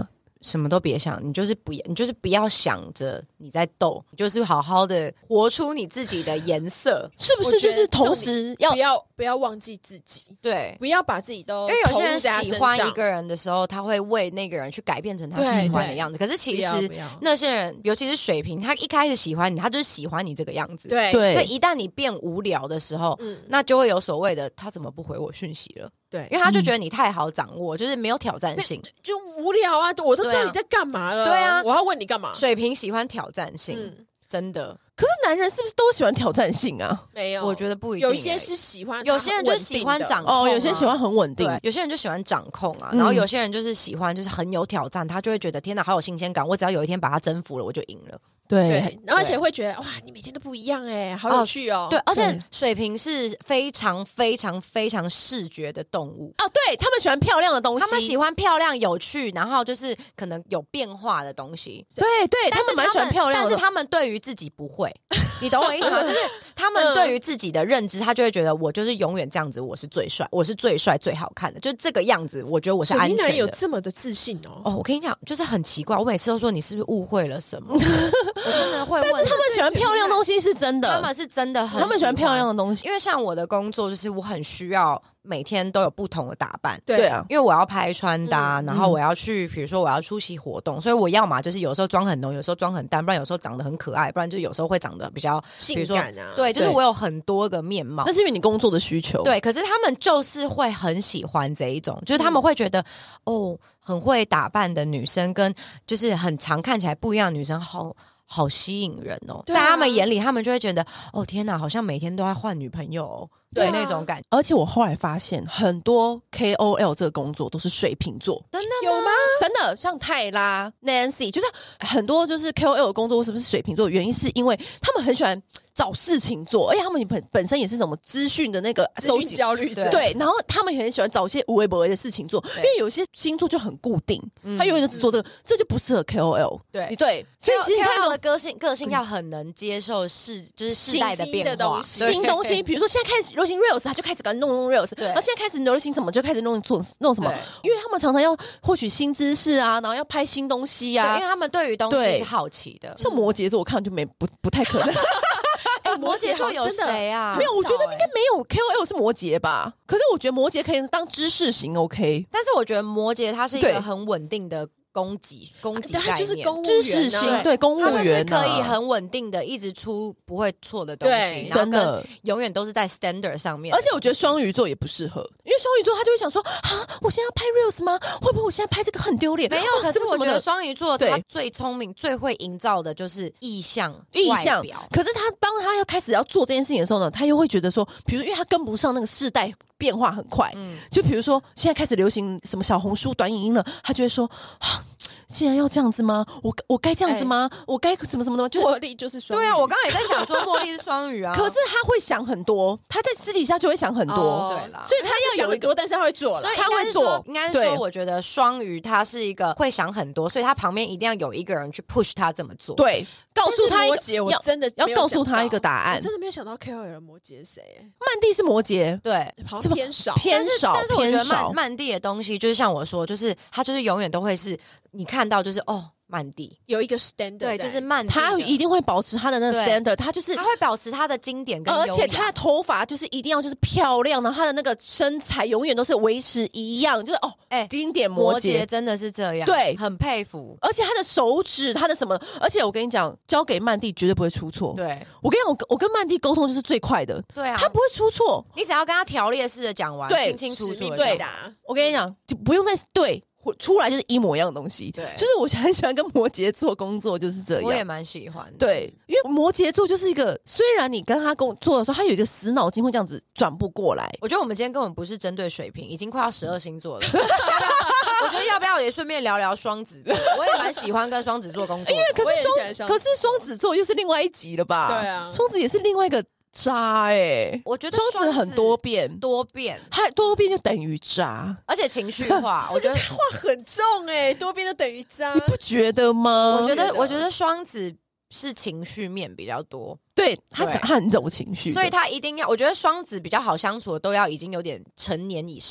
什么都别想，你就是不要想着你在斗，你就是好好的活出你自己的颜色， 是不是？就是同时不要忘记自己， 对， 不要把自己都因为有些人喜欢一个人， 人的时候，他会为那个人去改变成他喜欢的样子。可是其实那些人，尤其是水瓶，他一开始喜欢你，他就是喜欢你这个样子。 对， 所以一旦你变无聊的时候，那就会有所谓的他怎么不回我讯息了？ 对， 因为他就觉得你太好掌握，就是没有挑战性， 就无聊啊！我都知道你在干嘛了。 对啊， 我要问你干嘛？ 水瓶喜欢挑战性，真的。 可是男人是不是都喜欢挑战性啊？ 没有， 我觉得不一定。 有些是喜欢， 有些人就喜欢掌控， 有些人喜欢很稳定， 有些人就喜欢掌控啊。然后有些人就是喜欢，就是很有挑战，他就会觉得天哪，好有新鲜感！我只要有一天把他征服了，我就赢了。 对， 然后而且会觉得哇，你每天都不一样好有趣哦。 对，而且水瓶是非常非常非常视觉的动物对他们喜欢漂亮的东西， 他们喜欢漂亮、有趣，然后就是可能有变化的东西。 对，他们蛮喜欢漂亮的， 但是他们对于自己不会，你懂我意思吗？就是他们对于自己的认知，他就会觉得我就是永远这样子，我是最帅，我是最帅最好看的，就是这个样子，我觉得我是安全的。 水瓶男有这么的自信哦，我跟你讲，就是很奇怪，我每次都说你是不是误会了什么？我真的会问， 但是他们喜欢漂亮的东西是真的， 他们是真的很他们喜欢漂亮的东西， 因为像我的工作就是我很需要每天都有不同的打扮， 对啊， 因为我要拍穿搭，然后我要去，比如说我要出席活动，所以我要嘛就是有时候妆很浓，有时候妆很淡，不然有时候长得很可爱，不然就有时候会长得比较性感啊， 对，就是我有很多个面貌， 那是因为你工作的需求， 对，可是他们就是会很喜欢这一种，就是他们会觉得很会打扮的女生跟就是很常看起来不一样的女生好吸引人哦，在他们眼里，他们就会觉得天哪，好像每天都在换女朋友对那种感觉。 而且我后来发现，很多 KOL 这个工作都是水瓶座， 真的有吗？ 真的，像泰拉、Nancy， 就是很多就是 KOL 的工作是不是水瓶座？原因是因为他们很喜欢找事情做，而且他们本身也是什么资讯的那个收集焦虑者， 对，然后他们也很喜欢找一些无微不微的事情做，因为有些星座就很固定，他永远就只做这个，这就不适合 KOL。对，所以其实他的个性要很能接受就是世代的变化， 新东西，比如说现在开始流行 Reels， 他就开始搞弄 Reels， 然后现在开始流行什么就开始弄什么，因为他们常常要获取新知识啊，然后要拍新东西啊， 因为他们对于东西是好奇的。 像摩羯座，我看就不太可能。 摩羯座有谁啊？ 没有，我觉得应该没有 KOL 是摩羯吧。可是我觉得摩羯可以当知识型 OK， 但是我觉得摩羯它是一个很稳定的供给概念， 就是公务员知识型，对公务员， 他就是可以很稳定的一直出不会错的东西， 真的永远都是在 standard 上面。 而且我觉得双鱼座也不适合，因为双鱼座他就会想说啊，我现在要拍 reels 吗？会不会我现在拍这个很丢脸？ 没有，可是我觉得双鱼座他最聪明、最会营造的就是意象外表。 可是他当他要开始要做这件事情的时候呢，他又会觉得说，比如因为他跟不上那个世代变化很快，就比如说现在开始流行什么小红书、短影音了，他就会说啊，现在要这样子吗？我该这样子吗？我该什么什么的？ 茉莉就是双鱼。 对啊，我刚刚也在想说茉莉是双鱼啊。 可是他会想很多，他在私底下就会想很多， 对啦， 所以他要有一个， 但是他会做了， 所以他会做。 应该是说，我觉得双鱼他是一个会想很多，所以他旁边一定要有一个人去 push 他这么做。 对，告诉他摩羯，我真的要告诉他一个答案。 我真的没有想到 KOL 摩羯是谁？ 曼蒂是摩羯， 对， 好像偏少， 但是我觉得曼蒂的东西，就是像我说，就是他就是永远都会是你看到就是曼蒂有一个 standard， 对，就是曼蒂， 他一定会保持他的那个 standard， 他就是他会保持他的经典跟优雅， 而且他的头发就是一定要就是漂亮，然后他的那个身材永远都是维持一样，就是经典摩羯真的是这样， 对， 很佩服。 而且他的手指，他的什么，而且我跟你讲，交给曼蒂绝对不会出错。 对， 我跟你讲，我跟曼蒂沟通就是最快的， 对啊， 他不会出错， 你只要跟他条列式的讲完， 对， 清清楚楚的对的。我跟你讲，就不用再对。出来就是一模一样的东西， 对， 就是我很喜欢跟摩羯座工作，就是这样。 我也蛮喜欢的， 对，因为摩羯座就是一个，虽然你跟他工作的时候，他有一个死脑筋会这样子转不过来。 我觉得我们今天根本不是针对水瓶，已经快要12星座了。我觉得要不要也顺便聊聊双子座？我也蛮喜欢跟双子座工作的， 因为可是双子座又是另外一集了吧？ 对啊， 双子也是另外一个。渣我觉得双子很多变，他多变就等于渣， 而且情绪化，我觉得话很重多变就等于渣， 你不觉得吗？ 我觉得双子是情绪面比较多， 对他很懂情绪， 所以他一定要，我觉得双子比较好相处的都要已经有点成年以上。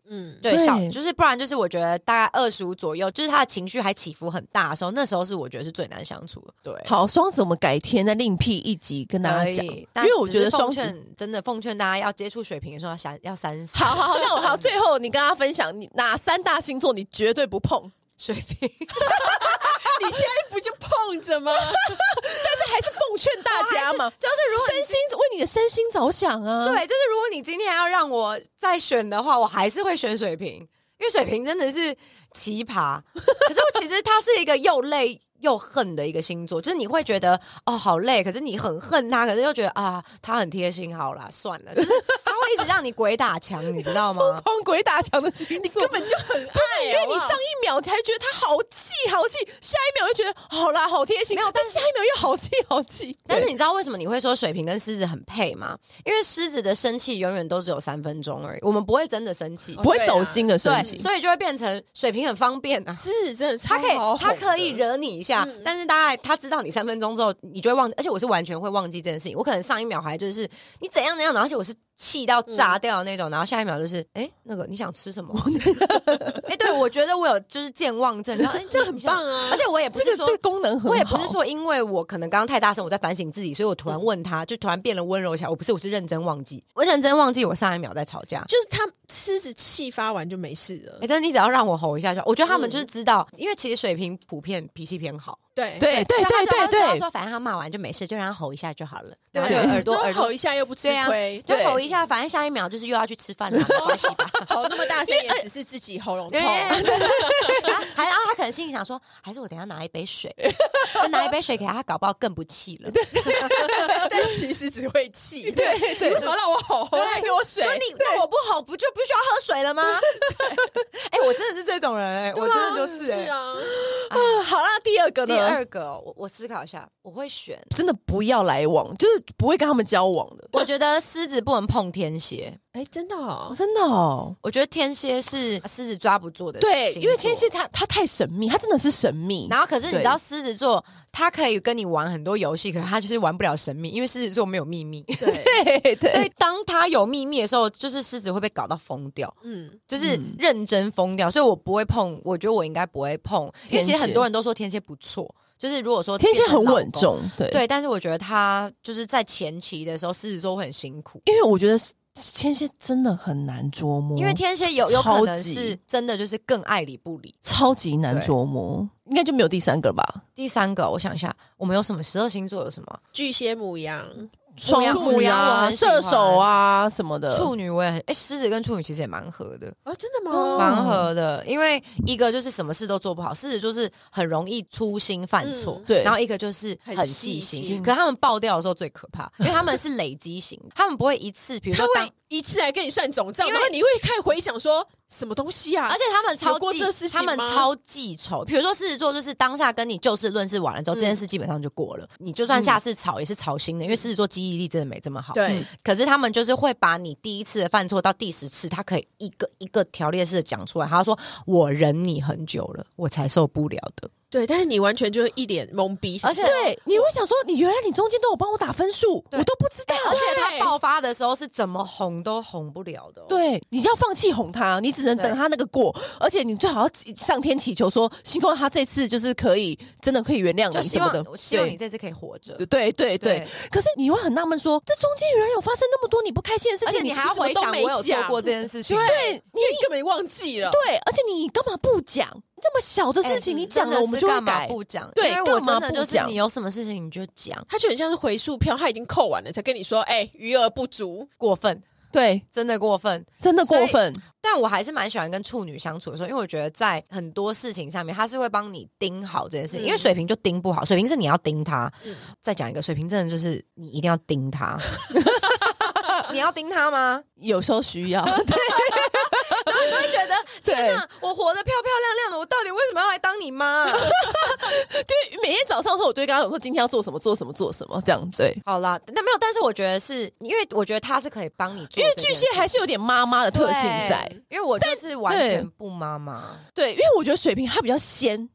对，就是不然就是我觉得大概25左右，就是他的情绪还起伏很大的时候，那时候是我觉得是最难相处的。对， 好，双子我们改天再另辟一集跟大家讲，因为我觉得双子真的奉劝大家要接触水瓶的时候要30。 好，那我好，最后你跟大家分享，你哪3大星座你绝对不碰？ 水瓶， 你现在不就碰着吗？但是还是奉劝大家嘛， 就是如果身心为你的身心着想啊。 对，就是如果你今天要让我再选的话，我还是会选水瓶，因为水瓶真的是奇葩。可是其实它是一个又累又恨的一个星座，就是你会觉得哦好累，可是你很恨他，可是又觉得啊他很贴心，好啦算了，就是他会一直让你鬼打墙，你知道吗？ 疯狂鬼打墙的星座， 你根本就很爱， 因为你上一秒才觉得他好气，下一秒又觉得好啦好贴心，但下一秒又好气。 但是你知道为什么你会说水瓶跟狮子很配吗？因为狮子的生气永远都只有3分钟而已，我们不会真的生气， 不会走心的生气， 所以就会变成水瓶很方便啊， 狮子真的超好， 他可以惹你一下。但是大概他知道你3分钟之后，你就会忘记，而且我是完全会忘记这件事情。我可能上一秒还就是你怎样，而且我是气到炸掉的那种，然后下一秒就是那个你想吃什么？对，我觉得我有就是健忘症，然后这很棒啊！ 而且我也不是说这个功能很好， 我也不是说因为我可能刚刚太大声，我在反省自己，所以我突然问他，就突然变得温柔起来。我不是，我是认真忘记，我上一秒在吵架， 就是他狮子气发完就没事了。 真的，你只要让我吼一下就好。我觉得他们就是知道，因为其实水瓶普遍脾气偏好。 对， 他说反正他骂完就没事，就让他吼一下就好了。 对，耳朵吼一下又不吃亏， 就吼一下，反正下一秒就是又要去吃饭了，没关系吧？ 吼那么大声也只是自己喉咙痛。 然后他可能心里想说，还是我等一下拿一杯水，就拿一杯水给他，搞不好更不气了。 但其实只会气。 对， 你为什么让我吼？还给我水？ 那我不吼不就不需要喝水了吗？我真的是这种人我真的就是是啊。 好啦，第二个呢？ 第二个我思考一下，我会选真的不要来往，就是不会跟他们交往的。 我觉得狮子不能碰天蝎。 真的哦， 真的哦， 我觉得天蝎是狮子抓不住的。 对，因为天蝎他太神秘，他真的是神秘。 然后可是你知道狮子座，他可以跟你玩很多游戏，可是他就是玩不了神秘，因为狮子座没有秘密。 对， 所以当他有秘密的时候，就是狮子会被搞到疯掉，就是认真疯掉。所以我不会碰，我觉得我应该不会碰，因为其实很多人都说天蝎不错。就是如果说天蝎很稳重， 对，但是我觉得他就是在前期的时候，狮子座会很辛苦， 因为我觉得天蝎真的很难捉摸， 因为天蝎有可能是真的就是更爱理不理， 超级难捉摸。应该就没有第3个了吧？ 第3个我想一下，我们有什么12星座有什么？ 巨蟹、牡羊、 双子啊、射手啊什么的。 处女我也很狮子跟处女其实也蛮合的真的吗？ 蛮合的，因为一个就是什么事都做不好，狮子就是很容易粗心犯错，对，然后一个就是很细心，可是他们爆掉的时候最可怕，因为他们是累积型，他们不会一次，比如说一次来跟你算总账，然后你会开始回想说什么东西啊？ 而且他们超记仇。比如说狮子座就是当下跟你就事论事完了之后，这件事基本上就过了，你就算下次吵也是吵新的，因为狮子座记忆力真的没这么好。 对， 可是他们就是会把你第一次的犯错到第10次，他可以一个条列式的讲出来。他说我忍你很久了，我才受不了的。 对，但是你完全就是一脸懵逼， 而且对，你会想说，原来你中间都有帮我打分数，我都不知道。 而且他爆发的时候是怎么哄都哄不了的。 对，你要放弃哄他，你只能等他那个过，而且你最好要上天祈求说，希望他这次就是真的可以原谅你什么的。 希望你这次可以活着。 对。可是你会很纳闷说，这中间原来有发生那么多你不开心的事情， 而且你还要回想我有做过这件事情。 对， 你根本忘记了。 对，而且你干嘛不讲？这么小的事情你讲了，我们就会改。 不讲， 对， 因为我真的就是你有什么事情你就讲， 他就很像是回数票，他已经扣完了才跟你说，余额不足， 过分。 对， 真的过分， 真的过分。 但我还是蛮喜欢跟处女相处的时候，因为我觉得在很多事情上面，他是会帮你盯好这件事情。因为水瓶就盯不好，水瓶是你要盯他。再讲一个，水瓶真的就是你一定要盯他。你要盯他吗？ 有时候需要。对。 然后你会觉得，天哪，我活得漂漂亮亮的，我到底为什么要来当你妈？ 对，每天早上的时候，我对刚刚有说今天要做什么这样子。对， 好啦，但没有，但是我觉得是因为我觉得他是可以帮你做， 因为巨蟹还是有点妈妈的特性在， 因为我就是完全不妈妈。 对，因为我觉得水瓶他比较仙。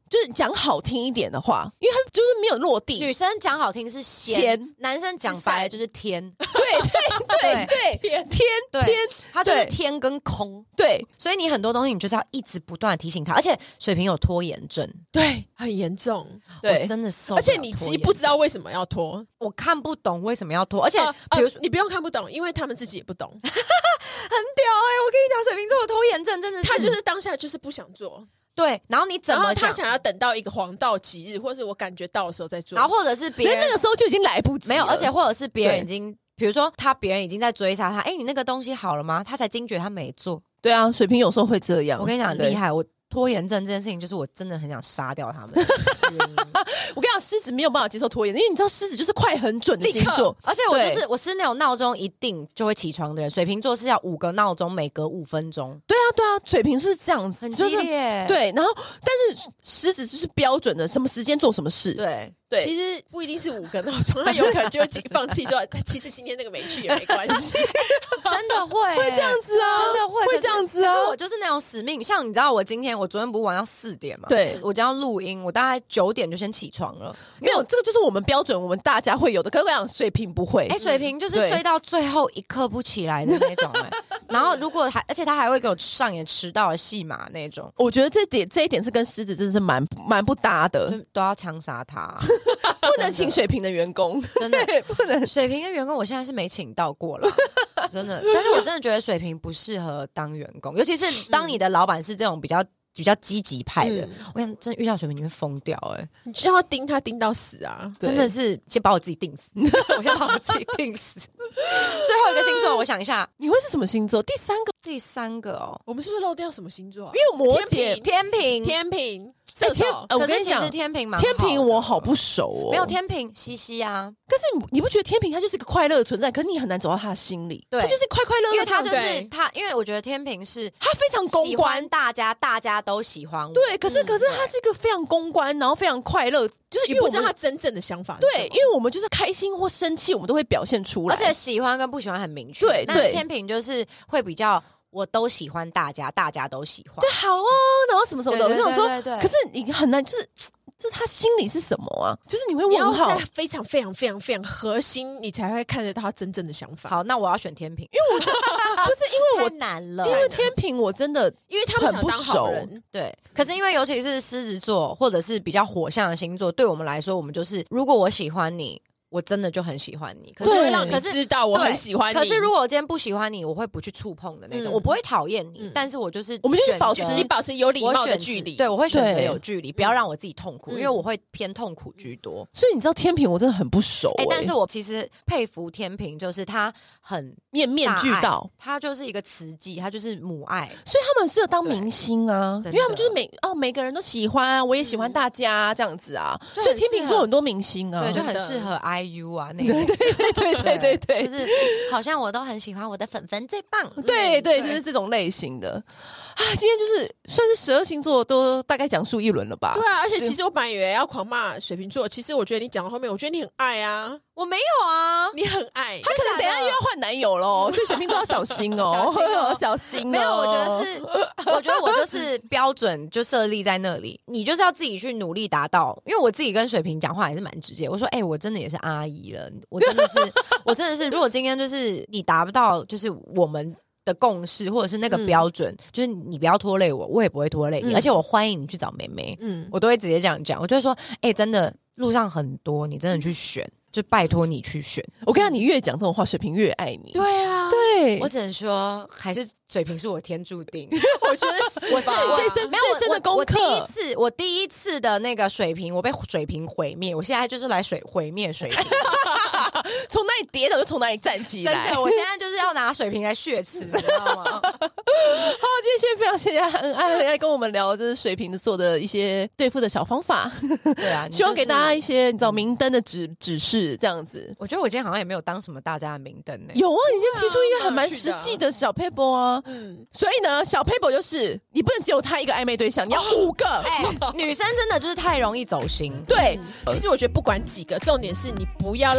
就是讲好听一点的话，因为它就是没有落地。 女生讲好听是仙，男生讲白了就是天。 对，天， 它就是天跟空。 对， 所以你很多东西你就是要一直不断的提醒他，而且水瓶有拖延症， 对，很严重， 对， 真的受不了。 而且你其实不知道为什么要拖， 我看不懂为什么要拖，而且比如说你不用看不懂，因为他们自己也不懂，很屌我跟你讲，水瓶座的拖延症真的是， 他就是当下就是不想做。 对，然后你怎么然后他想要等到一个黄道吉日，或是我感觉到的时候再做， 然后或者是别人那个时候就已经来不及了， 没有，而且或者是别人已经，比如说别人已经在追杀他，你那个东西好了吗？他才惊觉他没做。 对啊，水瓶有时候会这样。 我跟你讲厉害，我拖延症这件事情，就是我真的很想杀掉他们。 我跟你讲，狮子没有办法接受拖延，因为你知道狮子就是快很准的星座， 而且我是那种闹钟一定就会起床的人。水瓶座是要5个闹钟，每隔5分钟。 对啊，水瓶是这样子， 很激烈。 对，然后但是狮子就是标准的，什么时间做什么事。 对， 其实不一定是5个闹钟，他有可能就会放弃说，其实今天那个没去也没关系。 真的会这样子啊， 真的会这样子啊。 可是我就是那种使命，像你知道我昨天不是玩到4点嘛？ 对， 我将要录音，我大概9点就先起床了。 没有，这个就是我们标准，我们大家会有的。可是我讲水瓶不会， 水瓶就是睡到最后一刻不起来的那种然后如果而且他还会给我上演迟到的戏码那种。 我觉得这一点是跟狮子真的是蛮不搭的， 都要枪杀他。 不能请水瓶的员工， 真的不能。水瓶的员工我现在是没请到过了，真的。但是我真的觉得水瓶不适合当员工，尤其是当你的老板是这种比较积极派的，我看真的遇到水瓶你会疯掉你就要盯他盯到死啊！ 真的是先把我自己定死，我先把我自己定死。最后一个星座，我想一下， 你会是什么星座？第三个哦， 我们是不是漏掉什么星座？ 因为摩羯、 天平。射手， 我跟你讲， 天平我好不熟哦。 没有天平，西啊。 可是你不觉得天平他就是一个快乐的存在？可是你很难走到他的心里。 对， 他就是快乐的， 因为他就是他，因为我觉得天平是他非常公关， 大家都喜欢我。 对，可是他是一个非常公关，然后非常快乐，就是因为不知道他真正的想法。 对，因为我们就是开心或生气，我们都会表现出来， 而且喜欢跟不喜欢很明确。 对， 但天平就是会比较。我都喜欢大家都喜欢。 对，好哦，然后什么什么的，我想说，可是你很难，就是他心里是什么啊？就是你会问号， 在非常非常非常非常核心，你才会看得到他真正的想法。 好，那我要选天平， 因为我不是因为我太难了， 因为天平我真的因为他们很不熟， 对。可是因为尤其是狮子座或者是比较火象的星座，对我们来说，我们就是如果我喜欢你。我真的就很喜欢你，可是会让你知道我很喜欢你。 可是如果我今天不喜欢你，我会不去触碰的那种，我不会讨厌你，但是我就是我们就是保持有礼貌的距离。 对，我会选择有距离，不要让我自己痛苦，因为我会偏痛苦居多。 所以你知道天平我真的很不熟， 但是我其实佩服天平，就是他很面俱到， 他就是一个慈济，他就是母爱， 所以他们适合当明星啊，因为他们就是每个人都喜欢，我也喜欢大家这样子啊，所以天平座很多明星啊， 对，就很适合 IU 啊那个。 对， 就是好像我都很喜欢我的粉粉最棒， 对，就是这种类型的啊。今天就是算是12星座都大概讲述一轮了吧？ 对啊，而且其实我本来以为要狂骂水瓶座，其实我觉得你讲到后面，我觉得你很爱啊， 我没有啊， 你很爱， 他可能等一下又要换男友喽，所以水瓶座要小心哦，小心哦。 没有，我觉得我就是标准就设立在那里，你就是要自己去努力达到。因为我自己跟水瓶讲话也是蛮直接，我说我真的也是阿姨了，我真的是，如果今天就是你达不到，就是我们的共识或者是那个标准，就是你不要拖累我，我也不会拖累你，而且我欢迎你去找妹妹，我都会直接这样讲，我就会说，真的路上很多，你真的去选，就拜托你去选。 我跟你讲，你越讲这种话，水瓶越爱你。 对啊， 对， 我只能说，还是水瓶是我天注定。 我觉得我是最深的功课。 我第一次的那个水瓶，我被水瓶毁灭，我现在就是来毁灭水瓶。 从哪里跌倒就从哪里站起来， 真的，我现在就是要拿水瓶来血池，你知道吗？好， 今天先非常谢谢很爱跟我们聊就是水瓶座的一些对付的小方法。 对啊， 希望给大家一些你知道明灯的指示这样子。 我觉得我今天好像也没有当什么大家的明灯呢。 有啊，你今天提出一个很蛮实际的小 paper 啊。所以呢，小 paper 就是你不能只有他一个暧昧对象，你要5个。 女生真的就是太容易走心。 对， 其实我觉得不管几个，重点是你不要让自己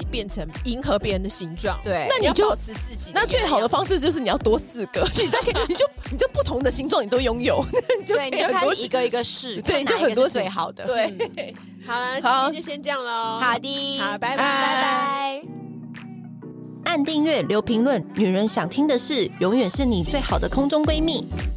己变成迎合别人的形状。 对， 那你就要保持自己的。 那最好的方式就是你要多4个，你就不同的形状你都拥有， 对，你就开始一个一个试， 对， 就很多最好的。 对， 好了，今天就先这样喽。 好的， 好，拜拜， 拜拜。 按订阅，留评论，女人想听的事，永远是你最好的空中闺蜜。